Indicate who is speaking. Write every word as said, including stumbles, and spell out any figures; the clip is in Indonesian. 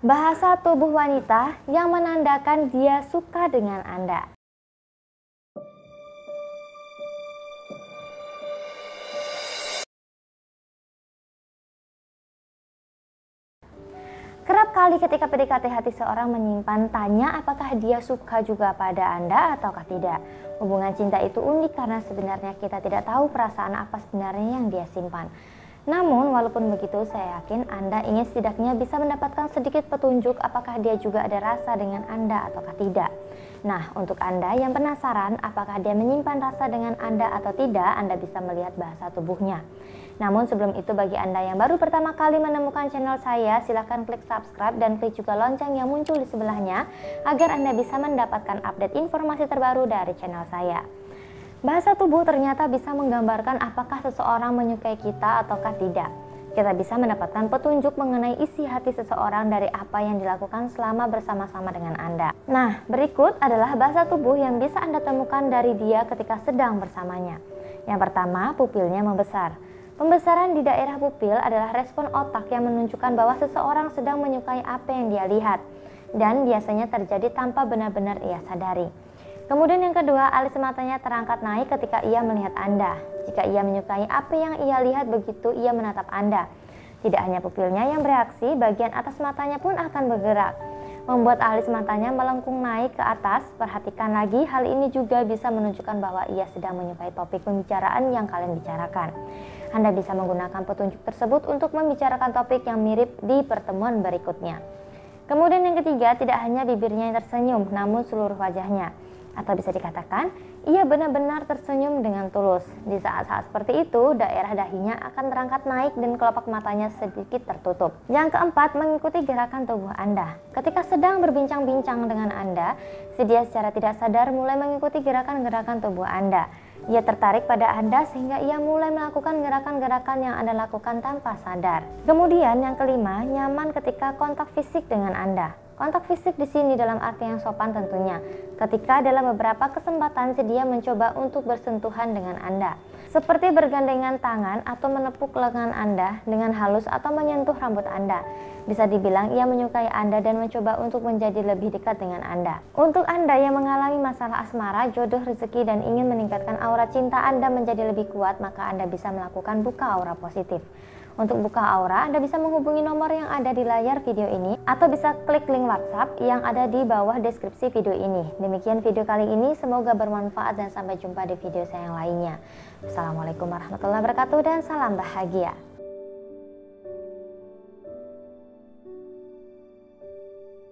Speaker 1: Bahasa tubuh wanita yang menandakan dia suka dengan Anda. Kerap kali ketika P D K T hati seorang menyimpan tanya apakah dia suka juga pada Anda ataukah tidak. Hubungan cinta itu unik karena sebenarnya kita tidak tahu perasaan apa sebenarnya yang dia simpan. Namun walaupun begitu, saya yakin Anda ingin setidaknya bisa mendapatkan sedikit petunjuk apakah dia juga ada rasa dengan Anda ataukah tidak. Nah, untuk Anda yang penasaran apakah dia menyimpan rasa dengan Anda atau tidak, Anda bisa melihat bahasa tubuhnya. Namun sebelum itu, bagi Anda yang baru pertama kali menemukan channel saya, silahkan klik subscribe dan klik juga lonceng yang muncul di sebelahnya agar Anda bisa mendapatkan update informasi terbaru dari channel saya. Bahasa tubuh ternyata bisa menggambarkan apakah seseorang menyukai kita ataukah tidak. Kita bisa mendapatkan petunjuk mengenai isi hati seseorang dari apa yang dilakukan selama bersama-sama dengan Anda. Nah, berikut adalah bahasa tubuh yang bisa Anda temukan dari dia ketika sedang bersamanya. Yang pertama, pupilnya membesar. Pembesaran di daerah pupil adalah respon otak yang menunjukkan bahwa seseorang sedang menyukai apa yang dia lihat, dan biasanya terjadi tanpa benar-benar ia sadari. Kemudian yang kedua, alis matanya terangkat naik ketika ia melihat Anda. Jika ia menyukai apa yang ia lihat, begitu ia menatap Anda. Tidak hanya pupilnya yang bereaksi, bagian atas matanya pun akan bergerak, membuat alis matanya melengkung naik ke atas. Perhatikan lagi, hal ini juga bisa menunjukkan bahwa ia sedang menyukai topik pembicaraan yang kalian bicarakan. Anda bisa menggunakan petunjuk tersebut untuk membicarakan topik yang mirip di pertemuan berikutnya. Kemudian yang ketiga, tidak hanya bibirnya yang tersenyum, namun seluruh wajahnya. Atau bisa dikatakan, ia benar-benar tersenyum dengan tulus. Di saat-saat seperti itu, daerah dahinya akan terangkat naik dan kelopak matanya sedikit tertutup. Yang keempat, mengikuti gerakan tubuh Anda. Ketika sedang berbincang-bincang dengan Anda, si dia secara tidak sadar mulai mengikuti gerakan-gerakan tubuh Anda. Ia tertarik pada Anda sehingga ia mulai melakukan gerakan-gerakan yang Anda lakukan tanpa sadar. Kemudian yang kelima, nyaman ketika kontak fisik dengan Anda. Kontak fisik di sini dalam arti yang sopan tentunya. Ketika dalam beberapa kesempatan si dia mencoba untuk bersentuhan dengan Anda, seperti bergandengan tangan atau menepuk lengan Anda dengan halus atau menyentuh rambut Anda. Bisa dibilang ia menyukai Anda dan mencoba untuk menjadi lebih dekat dengan Anda. Untuk Anda yang mengalami masalah asmara, jodoh, rezeki, dan ingin meningkatkan aura cinta Anda menjadi lebih kuat, maka Anda bisa melakukan buka aura positif. Untuk buka aura, Anda bisa menghubungi nomor yang ada di layar video ini atau bisa klik link WhatsApp yang ada di bawah deskripsi video ini. Demikian video kali ini, semoga bermanfaat dan sampai jumpa di video saya yang lainnya. Assalamualaikum warahmatullahi wabarakatuh dan salam bahagia.